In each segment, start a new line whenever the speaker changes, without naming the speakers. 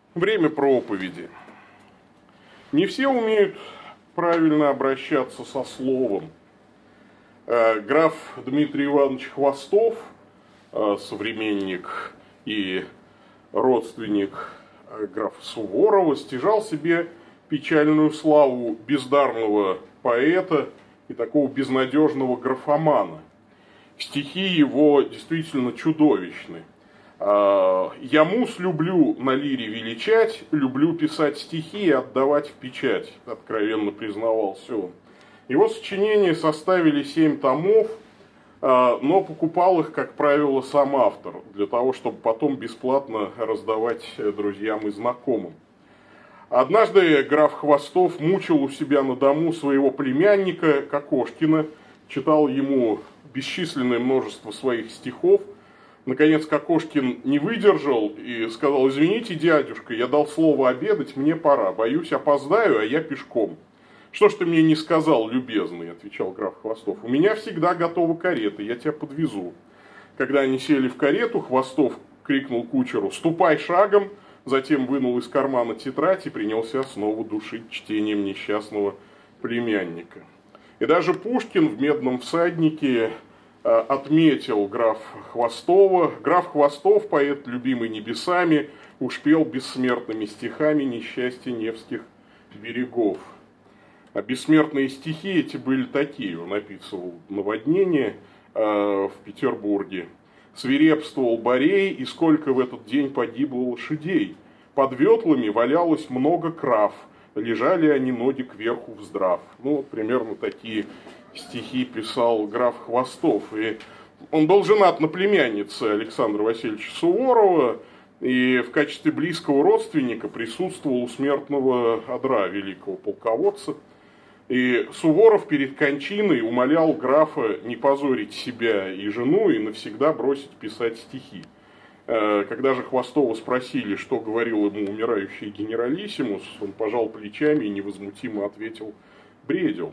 Время проповеди. Не все умеют правильно обращаться со словом. Граф Дмитрий Иванович Хвостов, современник и родственник графа Суворова, стяжал себе печальную славу бездарного поэта и такого безнадежного графомана. Стихи его действительно чудовищны. «Я мус люблю на лире величать, люблю писать стихи и отдавать в печать», откровенно признавался он. Его сочинения составили 7 томов, но покупал их, как правило, сам автор, для того, чтобы потом бесплатно раздавать друзьям и знакомым. Однажды граф Хвостов мучил у себя на дому своего племянника Кокошкина, читал ему бесчисленное множество своих стихов. Наконец Кокошкин не выдержал и сказал: «Извините, дядюшка, я дал слово обедать, мне пора, боюсь, опоздаю, а я пешком». «Что ж ты мне не сказал, любезный?» – отвечал граф Хвостов. «У меня всегда готова карета, я тебя подвезу». Когда они сели в карету, Хвостов крикнул кучеру: «Ступай шагом», затем вынул из кармана тетрадь и принялся снова душить чтением несчастного племянника. И даже Пушкин в «Медном всаднике» отметил граф Хвостова. Граф Хвостов, поэт, любимый небесами, уж пел бессмертными стихами несчастья Невских берегов. А бессмертные стихи эти были такие. Он описывал наводнение в Петербурге. «Свирепствовал Борей, и сколько в этот день погибло лошадей. Под ветлами валялось много крав, лежали они ноги кверху вздрав». Ну, примерно такие стихи писал граф Хвостов. И он был женат на племяннице Александра Васильевича Суворова, и в качестве близкого родственника присутствовал у смертного одра великого полководца. И Суворов перед кончиной умолял графа не позорить себя и жену и навсегда бросить писать стихи. Когда же Хвостова спросили, что говорил ему умирающий генералиссимус, он пожал плечами и невозмутимо ответил: «Бредил».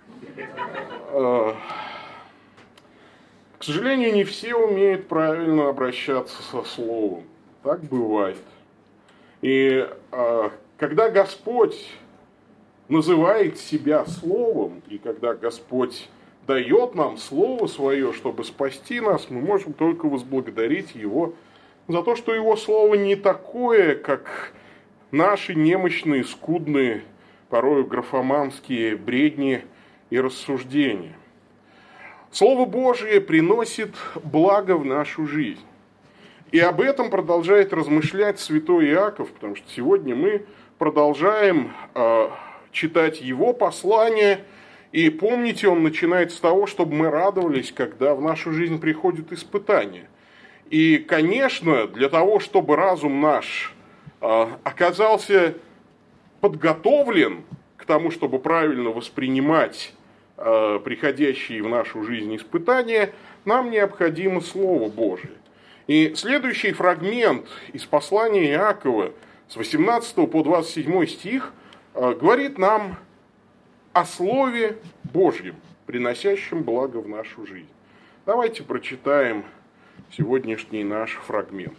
К сожалению, не все умеют правильно обращаться со словом. Так бывает. И когда Господь называет себя словом, и когда Господь дает нам слово свое, чтобы спасти нас, мы можем только возблагодарить Его за то, что Его слово не такое, как наши немощные, скудные, порою графоманские бредни и рассуждения. Слово Божие приносит благо в нашу жизнь. И об этом продолжает размышлять святой Иаков, потому что сегодня мы продолжаем читать его послание. И помните, он начинает с того, чтобы мы радовались, когда в нашу жизнь приходят испытания. И, конечно, для того, чтобы разум наш оказался подготовлен к тому, чтобы правильно воспринимать приходящие в нашу жизнь испытания, нам необходимо Слово Божие. И следующий фрагмент из послания Иакова с 18 по 27 стих говорит нам о Слове Божьем, приносящем благо в нашу жизнь. Давайте прочитаем сегодняшний наш фрагмент.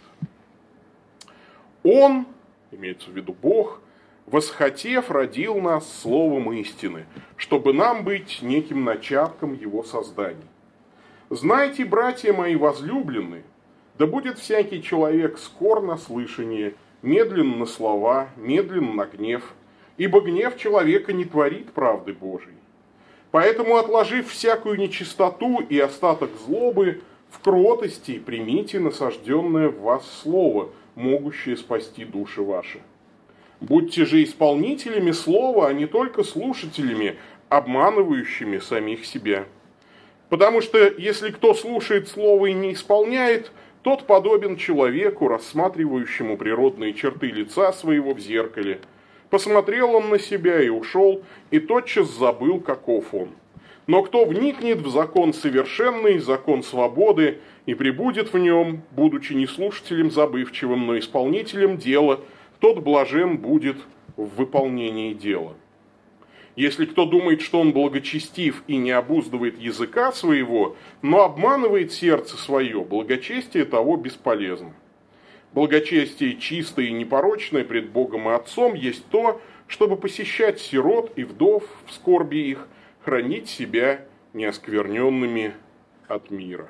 «Он, имеется в виду Бог, восхотев, родил нас словом истины, чтобы нам быть неким начатком его создания. Знайте, братья мои возлюбленные, да будет всякий человек скор на слышание, медлен на слова, медлен на гнев, ибо гнев человека не творит правды Божией. Поэтому, отложив всякую нечистоту и остаток злобы, в кротости примите насажденное в вас слово, могущее спасти души ваши. Будьте же исполнителями слова, а не только слушателями, обманывающими самих себя. Потому что если кто слушает слово и не исполняет, тот подобен человеку, рассматривающему природные черты лица своего в зеркале. Посмотрел он на себя и ушел, и тотчас забыл, каков он. Но кто вникнет в закон совершенный, закон свободы, и пребудет в нем, будучи не слушателем забывчивым, но исполнителем дела, тот блажен будет в выполнении дела. Если кто думает, что он благочестив и не обуздывает языка своего, но обманывает сердце свое, благочестие того бесполезно. Благочестие чистое и непорочное пред Богом и Отцом есть то, чтобы посещать сирот и вдов в скорби их, хранить себя неоскверненными от мира.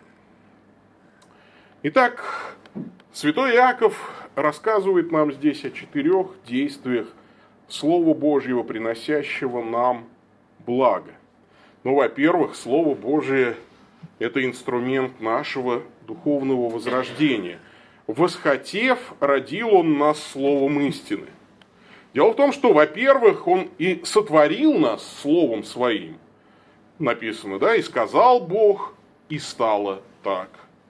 Итак, святой Иаков рассказывает нам здесь о 4 действиях Слова Божьего, приносящего нам благо. Ну, во-первых, Слово Божие – это инструмент нашего духовного возрождения. «Восхотев, родил Он нас словом истины». Дело в том, что, во-первых, Он и сотворил нас Словом Своим. Написано, да, «И сказал Бог, и стало так».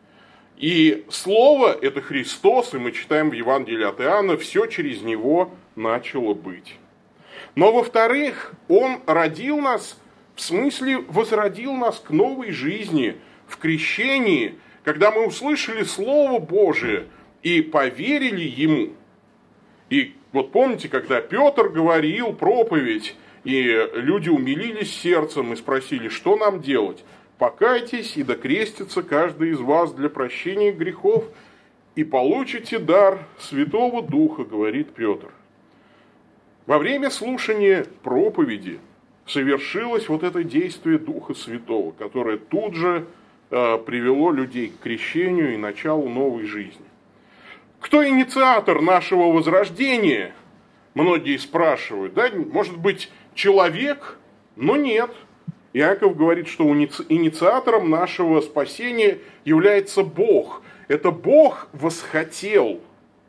И Слово – это Христос, и мы читаем в Евангелии от Иоанна, все через Него начало быть. Но, во-вторых, Он родил нас, в смысле возродил нас к новой жизни в крещении, когда мы услышали Слово Божие и поверили Ему. И вот помните, когда Петр говорил проповедь, и люди умилились сердцем и спросили, что нам делать? Покайтесь и докрестится каждый из вас для прощения грехов, и получите дар Святого Духа, говорит Петр. Во время слушания проповеди совершилось вот это действие Духа Святого, которое тут же привело людей к крещению и началу новой жизни. Кто инициатор нашего возрождения? Многие спрашивают, да, может быть, человек? Но нет. Иаков говорит, что инициатором нашего спасения является Бог. Это Бог восхотел.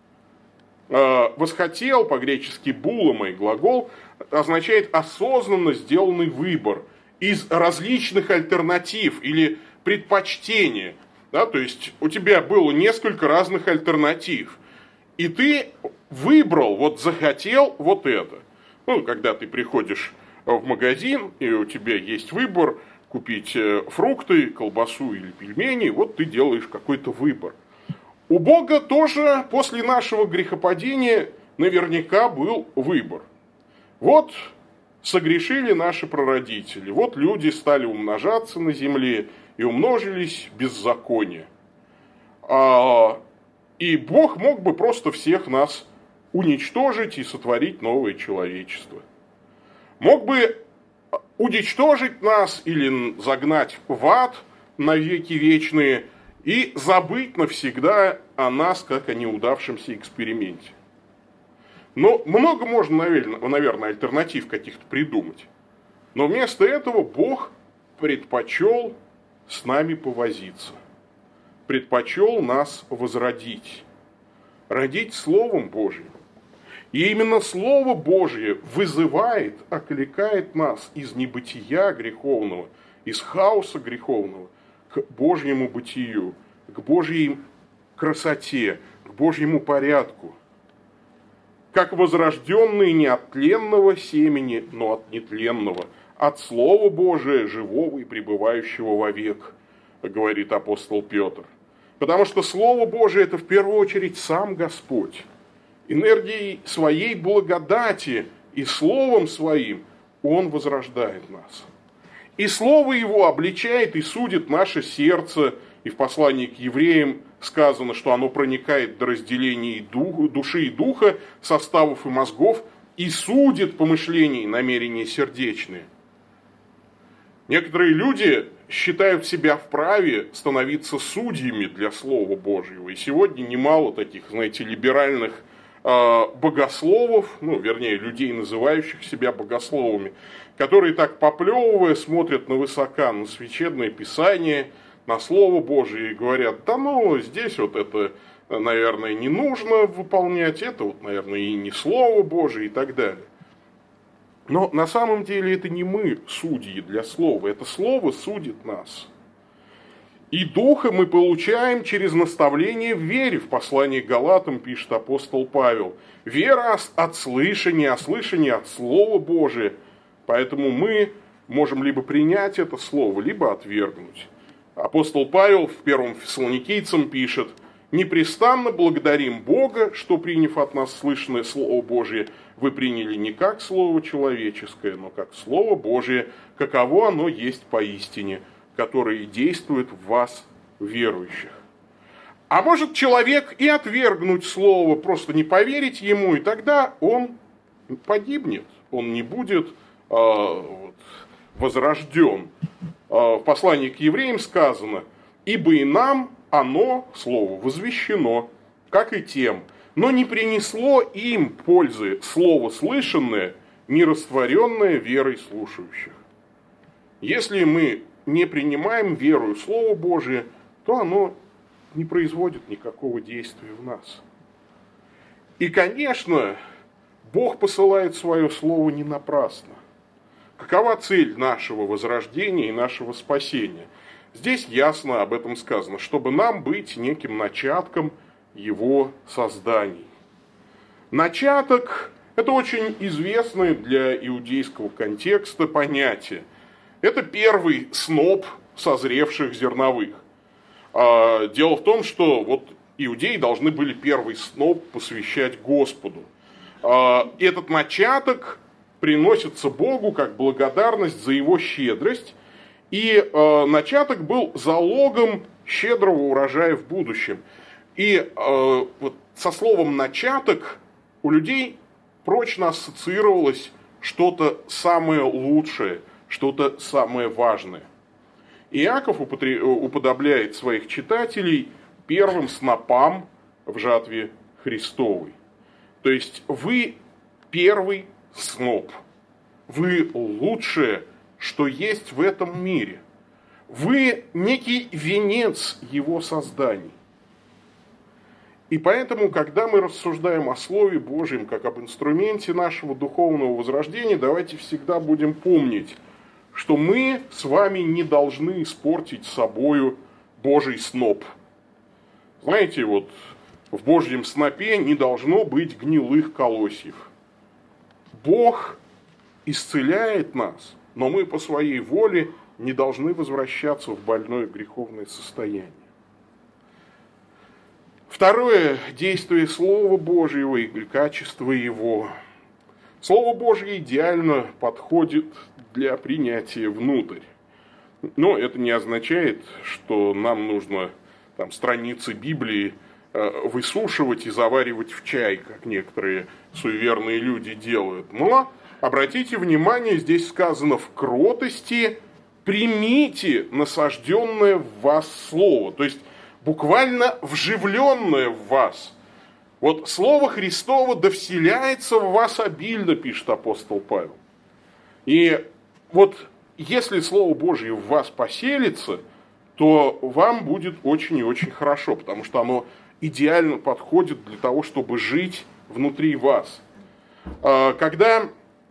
Восхотел, по-гречески «буломой» глагол, означает осознанно сделанный выбор из различных альтернатив или предпочтения. Да, то есть у тебя было несколько разных альтернатив. И ты выбрал, вот захотел вот это. Ну, когда ты приходишь в магазин, и у тебя есть выбор купить фрукты, колбасу или пельмени, вот ты делаешь какой-то выбор. У Бога тоже после нашего грехопадения наверняка был выбор. Вот согрешили наши прародители, вот люди стали умножаться на земле и умножились беззаконие. И Бог мог бы просто всех нас уничтожить и сотворить новое человечество. Мог бы уничтожить нас или загнать в ад на веки вечные и забыть навсегда о нас, как о неудавшемся эксперименте. Но много можно, наверное, альтернатив каких-то придумать. Но вместо этого Бог предпочел с нами повозиться. Предпочел нас возродить. Родить Словом Божьим. И именно Слово Божье вызывает, окликает нас из небытия греховного, из хаоса греховного, к Божьему бытию, к Божьей красоте, к Божьему порядку. Как возрожденные не от тленного семени, но от нетленного, от Слова Божия, живого и пребывающего вовек, говорит апостол Петр. Потому что Слово Божие – это в первую очередь сам Господь. Энергией своей благодати и Словом Своим Он возрождает нас. И Слово Его обличает и судит наше сердце. И в послании к евреям сказано, что оно проникает до разделения души и духа, составов и мозгов, и судит помышления и намерения сердечные. Некоторые люди считают себя вправе становиться судьями для Слова Божьего. И сегодня немало таких, знаете, либеральных богословов, вернее, людей, называющих себя богословами, которые так поплевывая смотрят навысока на Священное Писание, на Слово Божие и говорят, да здесь вот это, наверное, не нужно выполнять, это вот, наверное, и не Слово Божие и так далее. Но на самом деле это не мы судьи для Слова, это Слово судит нас. И Духа мы получаем через наставление в вере. В послании к Галатам пишет апостол Павел. Вера от слышания, а слышание от Слова Божия. Поэтому мы можем либо принять это Слово, либо отвергнуть. Апостол Павел в 1 Фессалоникийцам пишет. Непрестанно благодарим Бога, что, приняв от нас слышанное Слово Божие, вы приняли не как Слово человеческое, но как Слово Божие, каково оно есть поистине, которое действует в вас, верующих. А может человек и отвергнуть слово, просто не поверить ему, и тогда он погибнет, он не будет возрожден. В послании к евреям сказано: «Ибо и нам оно, слово, возвещено, как и тем, но не принесло им пользы слово слышанное, не растворенное верой слушающих». Если мы не принимаем верою Слово Божие, то оно не производит никакого действия в нас. И, конечно, Бог посылает свое Слово не напрасно. Какова цель нашего возрождения и нашего спасения? Здесь ясно об этом сказано, чтобы нам быть неким начатком Его созданий. Начаток – это очень известное для иудейского контекста понятие. Это первый сноп созревших зерновых. Дело в том, что вот иудеи должны были первый сноп посвящать Господу. Этот начаток приносится Богу как благодарность за Его щедрость, и начаток был залогом щедрого урожая в будущем. И вот со словом «начаток» у людей прочно ассоциировалось что-то самое лучшее, что-то самое важное. Иаков уподобляет своих читателей первым снопам в жатве Христовой. То есть вы первый сноп, вы лучшее, что есть в этом мире. Вы некий венец Его созданий. И поэтому, когда мы рассуждаем о Слове Божьем как об инструменте нашего духовного возрождения, давайте всегда будем помнить, что мы с вами не должны испортить собою Божий сноп. Знаете, вот в Божьем снопе не должно быть гнилых колосьев. Бог исцеляет нас, но мы по своей воле не должны возвращаться в больное греховное состояние. Второе действие Слова Божьего и качество его. Слово Божье идеально подходит для принятия внутрь. Но это не означает, что нам нужно там страницы Библии высушивать и заваривать в чай, как некоторые суеверные люди делают. Но, обратите внимание, здесь сказано: в кротости примите насажденное в вас слово. То есть, буквально вживленное в вас. Вот Слово Христово да вселяется в вас обильно, пишет апостол Павел. И вот если Слово Божье в вас поселится, то вам будет очень и очень хорошо, потому что оно идеально подходит для того, чтобы жить внутри вас. Когда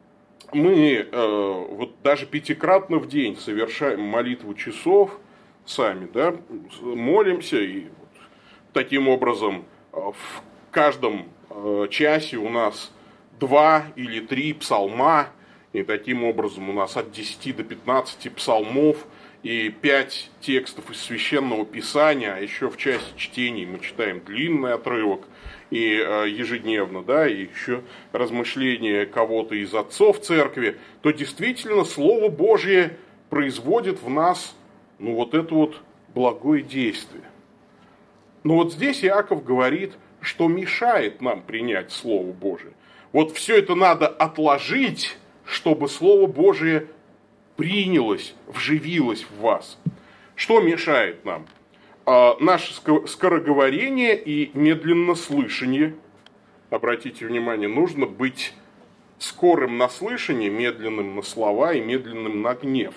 мы вот даже пятикратно в день совершаем молитву часов сами, да, молимся, и вот таким образом в каждом часе у нас 2 или 3 псалма, и таким образом у нас от 10 до 15 псалмов и 5 текстов из Священного Писания, а еще в часе чтений мы читаем длинный отрывок и ежедневно, да, и еще размышления кого-то из отцов церкви, то действительно Слово Божье производит в нас, ну, вот это вот благое действие. Но вот здесь Иаков говорит, что мешает нам принять Слово Божие. Вот все это надо отложить, чтобы Слово Божие принялось, вживилось в вас. Что мешает нам? Наше скороговорение и медленнослышание. Обратите внимание, нужно быть скорым на слышание, медленным на слова и медленным на гнев.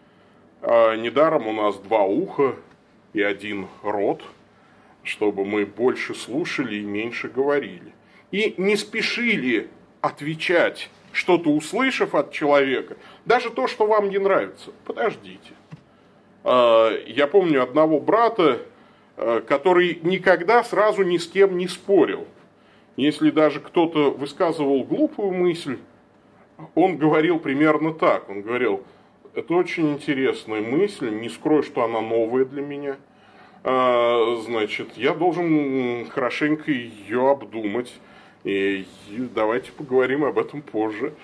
Недаром у нас 2 уха и 1 рот, чтобы мы больше слушали и меньше говорили. И не спешили отвечать, что-то услышав от человека, даже то, что вам не нравится. Подождите. Я помню одного брата, который никогда сразу ни с кем не спорил. Если даже кто-то высказывал глупую мысль, он говорил примерно так. Он говорил: это очень интересная мысль, не скрою, что она новая для меня. Значит, я должен хорошенько ее обдумать. И давайте поговорим об этом позже.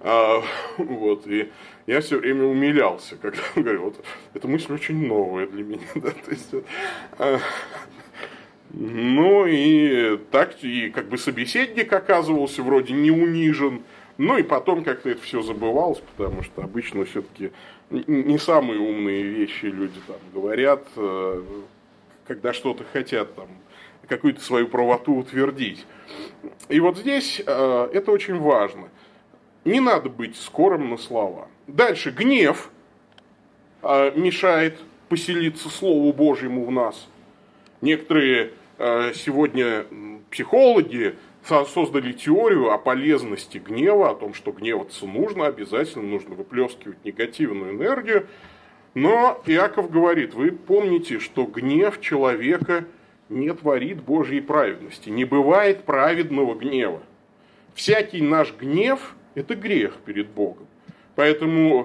Вот. И я все время умилялся, когда он говорил: вот, эта мысль очень новая для меня. Да? То есть, Ну и так, и как бы собеседник оказывался вроде не унижен, ну и потом как-то это все забывалось, потому что обычно все-таки не самые умные вещи люди там говорят, когда что-то хотят там, какую-то свою правоту утвердить. И вот здесь это очень важно. Не надо быть скорым на слова. Дальше, гнев мешает поселиться Слову Божьему в нас. Некоторые сегодня психологи создали теорию о полезности гнева, о том, что гневаться нужно, обязательно нужно выплескивать негативную энергию. Но Иаков говорит, вы помните, что гнев человека не творит Божьей праведности. Не бывает праведного гнева. Всякий наш гнев – это грех перед Богом. Поэтому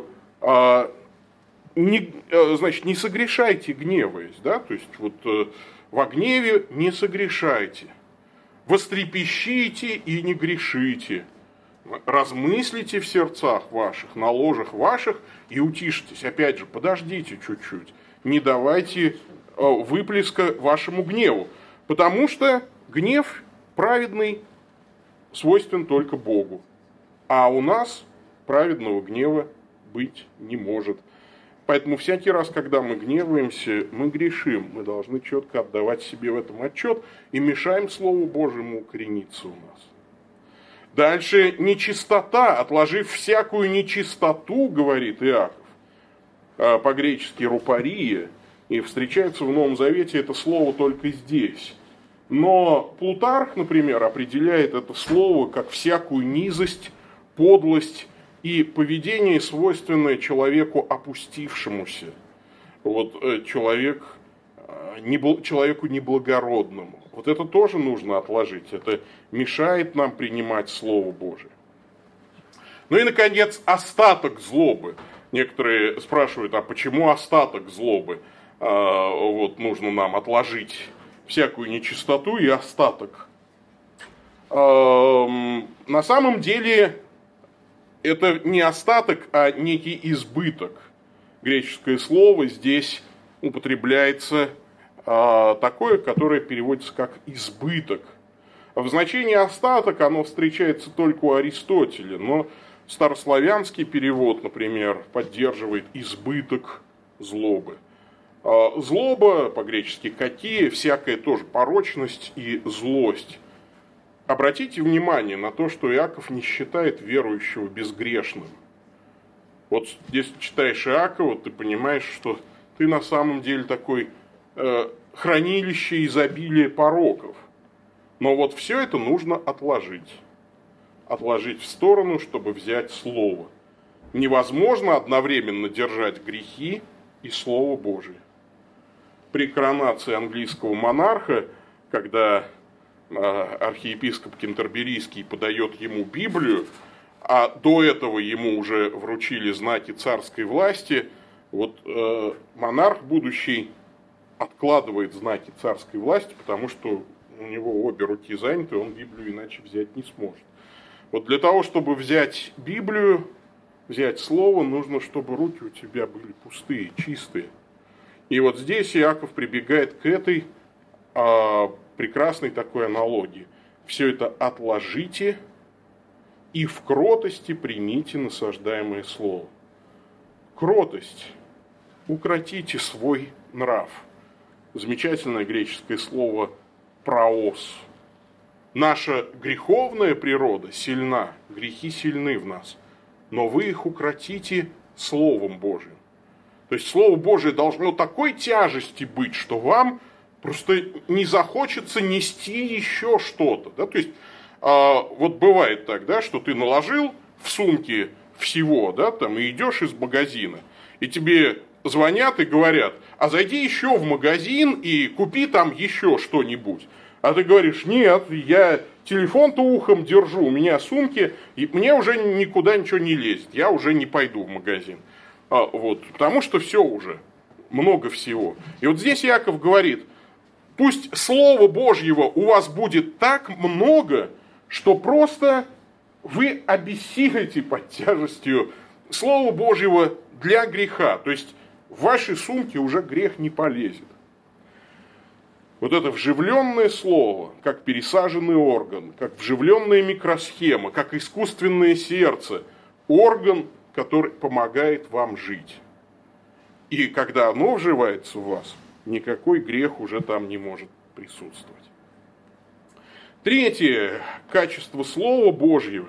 не согрешайте, гневаясь. Да? То есть вот во гневе не согрешайте. Вострепещите и не грешите. Размыслите в сердцах ваших, на ложах ваших и утишитесь. Опять же, подождите чуть-чуть. Не давайте выплеска вашему гневу. Потому что гнев праведный свойствен только Богу. А у нас праведного гнева быть не может. Поэтому всякий раз, когда мы гневаемся, мы грешим. Мы должны четко отдавать себе в этом отчет и мешаем Слову Божьему укорениться у нас. Дальше нечистота, отложив всякую нечистоту, говорит Иаков, по-гречески рупария, и встречается в Новом Завете это слово только здесь. Но Плутарх, например, определяет это слово как всякую низость, подлость и поведение, свойственное человеку опустившемуся, человеку неблагородному. Вот это тоже нужно отложить. Это мешает нам принимать Слово Божие. Ну и, наконец, остаток злобы. Некоторые спрашивают, а почему остаток злобы? Нужно нам отложить всякую нечистоту и остаток. На самом деле, это не остаток, а некий избыток. Греческое слово здесь употребляется такое, которое переводится как избыток. В значении остаток оно встречается только у Аристотеля, но старославянский перевод, например, поддерживает избыток злобы. Злоба, по-гречески катия, всякая тоже порочность и злость. Обратите внимание на то, что Иаков не считает верующего безгрешным. Вот здесь читаешь Иакова, ты понимаешь, что ты на самом деле такой хранилище изобилия пороков. Но вот все это нужно отложить. Отложить в сторону, чтобы взять Слово. Невозможно одновременно держать грехи и Слово Божие. При коронации английского монарха, когда архиепископ Кентерберийский подает ему Библию, а до этого ему уже вручили знаки царской власти, монарх будущий откладывает знаки царской власти, потому что у него обе руки заняты, он Библию иначе взять не сможет. Вот для того, чтобы взять Библию, взять Слово, нужно, чтобы руки у тебя были пустые, чистые. И вот здесь Иаков прибегает к этой прекрасной такой аналогии. Все это отложите и в кротости примите насаждаемое Слово. Кротость. Укротите свой нрав. Замечательное греческое слово «праос». Наша греховная природа сильна, грехи сильны в нас, но вы их укротите Словом Божиим. То есть Слово Божие должно такой тяжести быть, что вам просто не захочется нести еще что-то. Да? То есть бывает так, да, что ты наложил в сумке всего, да, там, и идешь из магазина, и тебе звонят и говорят, а зайди еще в магазин и купи там еще что-нибудь. А ты говоришь, нет, я телефон-то ухом держу, у меня сумки, и мне уже никуда ничего не лезет, я уже не пойду в магазин. Потому что все уже, много всего. И вот здесь Иаков говорит, пусть Слова Божьего у вас будет так много, что просто вы обессилите под тяжестью Слова Божьего для греха. То есть в вашей сумке уже грех не полезет. Вот это вживленное слово, как пересаженный орган, как вживленная микросхема, как искусственное сердце, орган, который помогает вам жить. И когда оно вживается в вас, никакой грех уже там не может присутствовать. Третье качество Слова Божьего.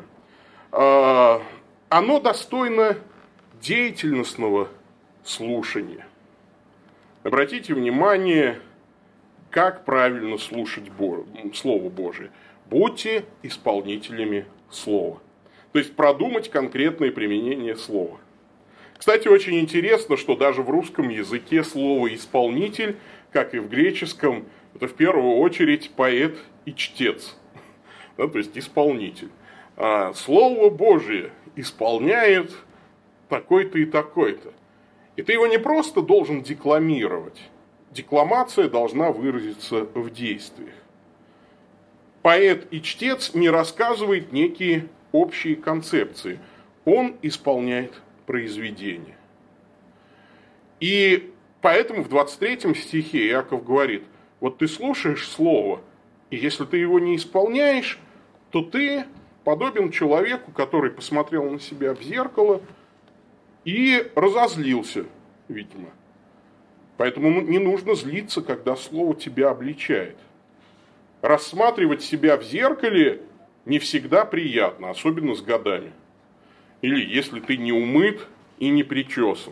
Оно достойно деятельностного слушания. Обратите внимание, как правильно слушать Слово Божие. Будьте исполнителями Слова. То есть продумать конкретное применение Слова. Кстати, очень интересно, что даже в русском языке слово «исполнитель», как и в греческом, это в первую очередь поэт и чтец. Да, то есть исполнитель. А Слово Божие исполняет такой-то и такой-то. И ты его не просто должен декламировать. Декламация должна выразиться в действиях. Поэт и чтец не рассказывает некие общие концепции. Он исполняет произведение. И поэтому в 23 стихе Иаков говорит, вот ты слушаешь слово, и если ты его не исполняешь, то ты подобен человеку, который посмотрел на себя в зеркало и разозлился, видимо. Поэтому не нужно злиться, когда слово тебя обличает. Рассматривать себя в зеркале не всегда приятно, особенно с годами. Или если ты не умыт и не причесан.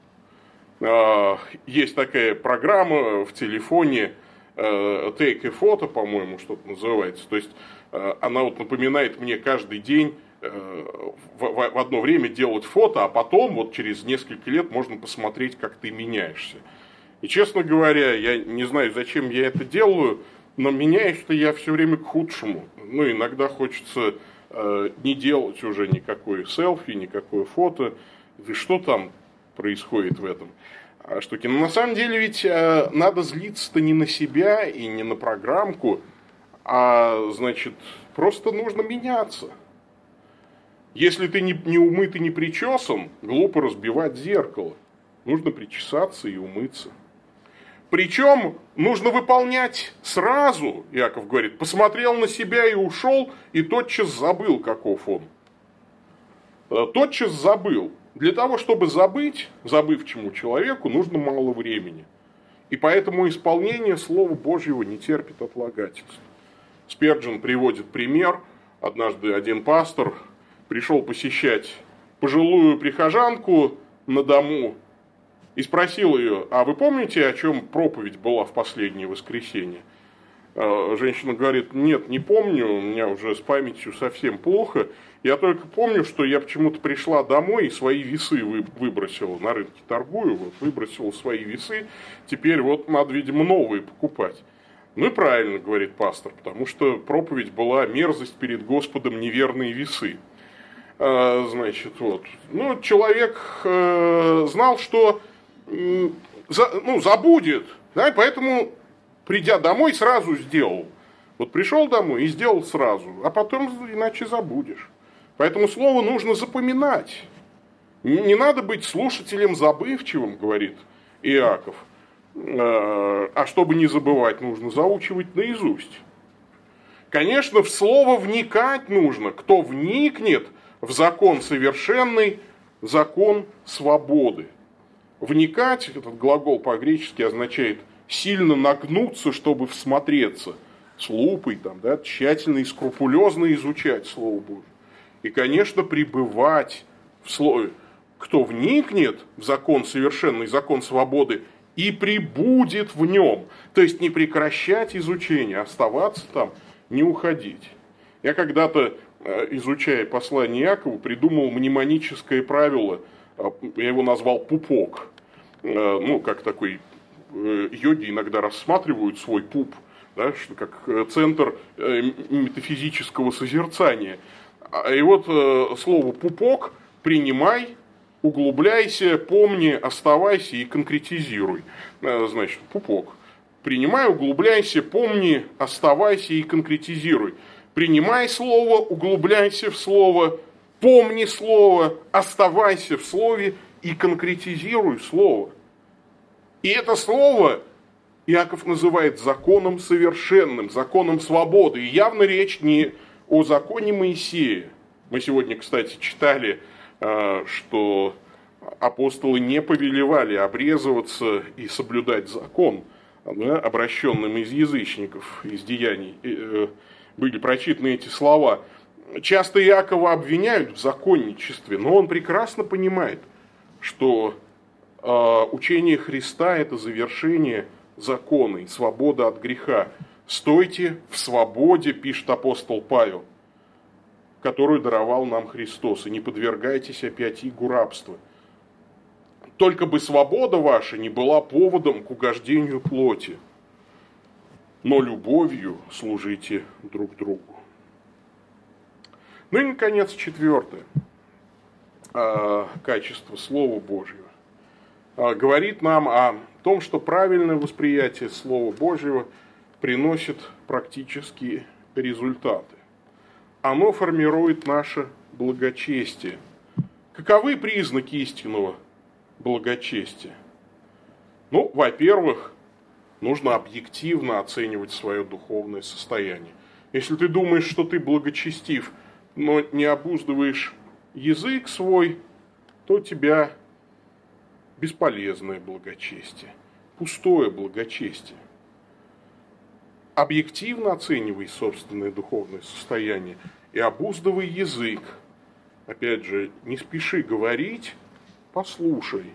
Есть такая программа в телефоне Take a Photo, по-моему, что-то называется. То есть она вот напоминает мне каждый день в одно время делать фото, а потом вот через несколько лет можно посмотреть, как ты меняешься. И, честно говоря, я не знаю, зачем я это делаю, но меняюсь-то я все время к худшему. Ну, иногда хочется не делать уже никакое селфи, никакое фото. И что там происходит в этом штуке? Но на самом деле ведь надо злиться-то не на себя и не на программку, а, значит, просто нужно меняться. Если ты не умыт и не причесан, глупо разбивать зеркало. Нужно причесаться и умыться. Причем нужно выполнять сразу, Иаков говорит, посмотрел на себя и ушел, и тотчас забыл, каков он. Тотчас забыл. Для того, чтобы забыть, забывчивому человеку, нужно мало времени. И поэтому исполнение Слова Божьего не терпит отлагательств. Спирджин приводит пример. Однажды один пастор пришел посещать пожилую прихожанку на дому и спросил ее, а вы помните, о чем проповедь была в последнее воскресенье? Женщина говорит, нет, не помню, у меня уже с памятью совсем плохо. Я только помню, что я почему-то пришла домой и свои весы выбросила. На рынке торгую, вот, выбросила свои весы. Теперь вот надо, видимо, новые покупать. Ну и правильно, говорит пастор, потому что проповедь была «Мерзость перед Господом неверные весы». Значит, вот. Ну, человек знал, что забудет, да, поэтому, придя домой, сразу сделал. Вот пришел домой и сделал сразу, а потом иначе забудешь. Поэтому слово нужно запоминать. Не надо быть слушателем забывчивым, говорит Иаков. А чтобы не забывать, нужно заучивать наизусть. Конечно, в слово вникать нужно. Кто вникнет в закон совершенный, закон свободы. Вникать, этот глагол по-гречески означает сильно нагнуться, чтобы всмотреться. С лупой, там, да, тщательно и скрупулезно изучать Слово Божие. И, конечно, пребывать в Слове. Кто вникнет в закон совершенный, закон свободы, и пребудет в нем. То есть не прекращать изучение, оставаться там, не уходить. Я когда-то, изучая послание Иакова, придумал мнемоническое правило. Я его назвал пупок. Ну, как такой йоги иногда рассматривают свой пуп, да, что как центр метафизического созерцания. И вот слово пупок принимай, углубляйся, помни, оставайся и конкретизируй. Значит, пупок. Принимай, углубляйся, помни, оставайся и конкретизируй. Принимай слово, углубляйся в слово, помни слово, оставайся в слове и конкретизируй слово. И это слово Иаков называет законом совершенным, законом свободы. И явно речь не о законе Моисея. Мы сегодня, кстати, читали, что апостолы не повелевали обрезываться и соблюдать закон, да, обращенным из язычников, из деяний. Были прочитаны эти слова. Часто Иакова обвиняют в законничестве, но он прекрасно понимает, что учение Христа – это завершение закона и свобода от греха. «Стойте в свободе», пишет апостол Павел, которую даровал нам Христос, и не подвергайтесь опять игу рабства. Только бы свобода ваша не была поводом к угождению плоти, но любовью служите друг другу. Ну и, наконец, четвертое. Качество Слова Божьего. Говорит нам о том, что правильное восприятие Слова Божьего приносит практические результаты. Оно формирует наше благочестие. Каковы признаки истинного благочестия? Ну, во-первых, нужно объективно оценивать свое духовное состояние. Если ты думаешь, что ты благочестив, но не обуздываешь язык свой, то у тебя бесполезное благочестие, пустое благочестие. Объективно оценивай собственное духовное состояние и обуздывай язык. Опять же, не спеши говорить, послушай.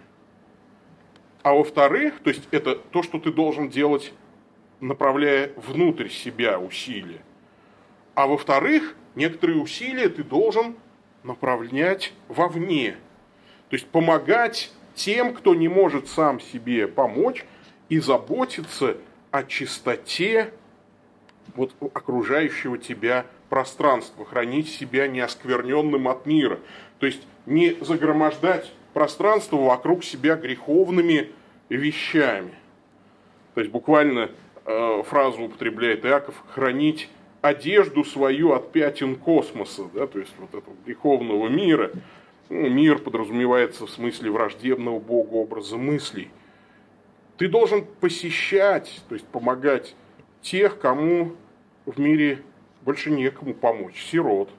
А во-вторых, то есть это то, что ты должен делать, направляя внутрь себя усилия. А во-вторых, некоторые усилия ты должен направлять вовне. То есть помогать тем, кто не может сам себе помочь, и заботиться о чистоте вот окружающего тебя пространства, хранить себя неоскверненным от мира. То есть не загромождать пространство вокруг себя греховными вещами. То есть буквально фразу употребляет Иаков: хранить одежду свою от пятен космоса, да, то есть вот этого греховного мира. Мир подразумевается в смысле враждебного Богу образа мыслей. Ты должен посещать, то есть помогать тех, кому в мире больше некому помочь, сирот.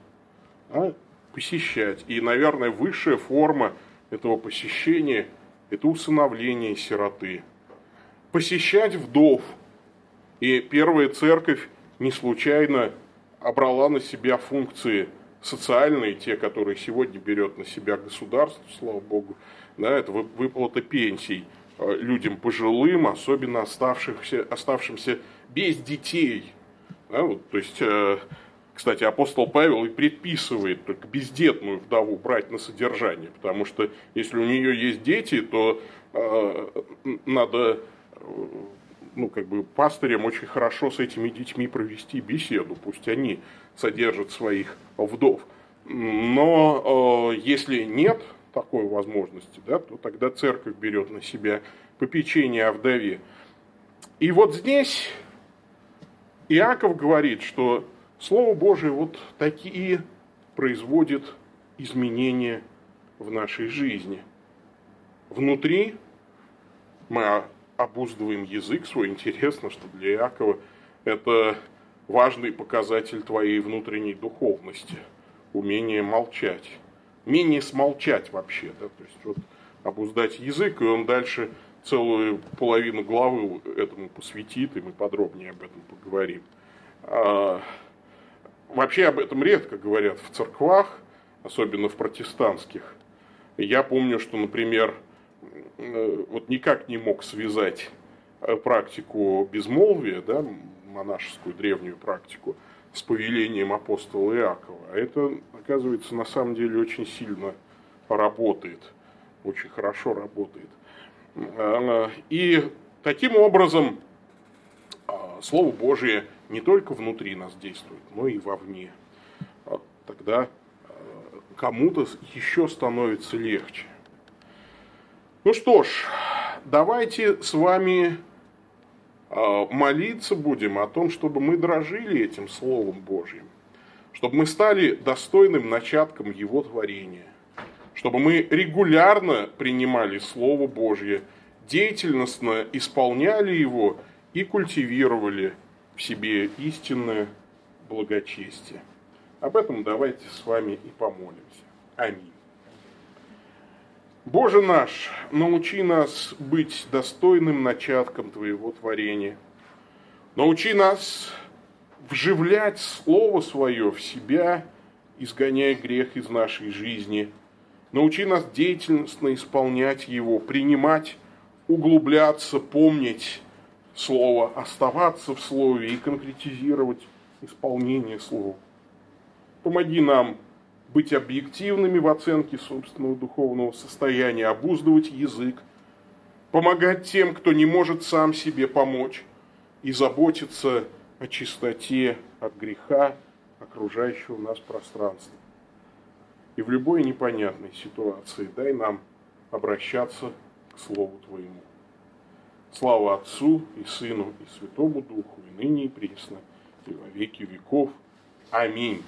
Посещать. И, наверное, высшая форма этого посещения – это усыновление сироты. Посещать вдов. И первая церковь не случайно обрала на себя функции социальные, те, которые сегодня берет на себя государство, слава богу, да, это выплата пенсий людям пожилым, особенно оставшимся без детей. Да, вот, то есть, кстати, апостол Павел и предписывает только бездетную вдову брать на содержание, потому что если у нее есть дети, то надо, пастырям очень хорошо с этими детьми провести беседу, пусть они содержат своих вдов. Но если нет такой возможности, да, то тогда церковь берет на себя попечение о вдове. И вот здесь Иаков говорит, что Слово Божие вот такие производит изменения в нашей жизни. Внутри мы обуздываем язык свой. Интересно, что для Иакова это важный показатель твоей внутренней духовности. Умение молчать. Умение смолчать вообще. Да? То есть вот обуздать язык, и он дальше целую половину главы этому посвятит, и мы подробнее об этом поговорим. Вообще об этом редко говорят в церквах, особенно в протестантских. Я помню, что, например, вот никак не мог связать практику безмолвия, да, монашескую древнюю практику, с повелением апостола Иакова. А это, оказывается, на самом деле очень сильно работает, очень хорошо работает. И таким образом Слово Божие не только внутри нас действует, но и вовне. Тогда кому-то еще становится легче. Ну что ж, давайте с вами молиться будем о том, чтобы мы дорожили этим Словом Божьим, чтобы мы стали достойным начатком Его творения, чтобы мы регулярно принимали Слово Божье, деятельностно исполняли его и культивировали в себе истинное благочестие. Об этом давайте с вами и помолимся. Аминь. Боже наш, научи нас быть достойным начатком Твоего творения. Научи нас вживлять Слово Свое в себя, изгоняя грех из нашей жизни. Научи нас деятельно исполнять его, принимать, углубляться, помнить Слово, оставаться в Слове и конкретизировать исполнение Слова. Помоги нам быть объективными в оценке собственного духовного состояния, обуздывать язык, помогать тем, кто не может сам себе помочь, и заботиться о чистоте от греха окружающего нас пространства. И в любой непонятной ситуации дай нам обращаться к Слову Твоему. Слава Отцу и Сыну и Святому Духу, и ныне и присно, и во веки веков. Аминь.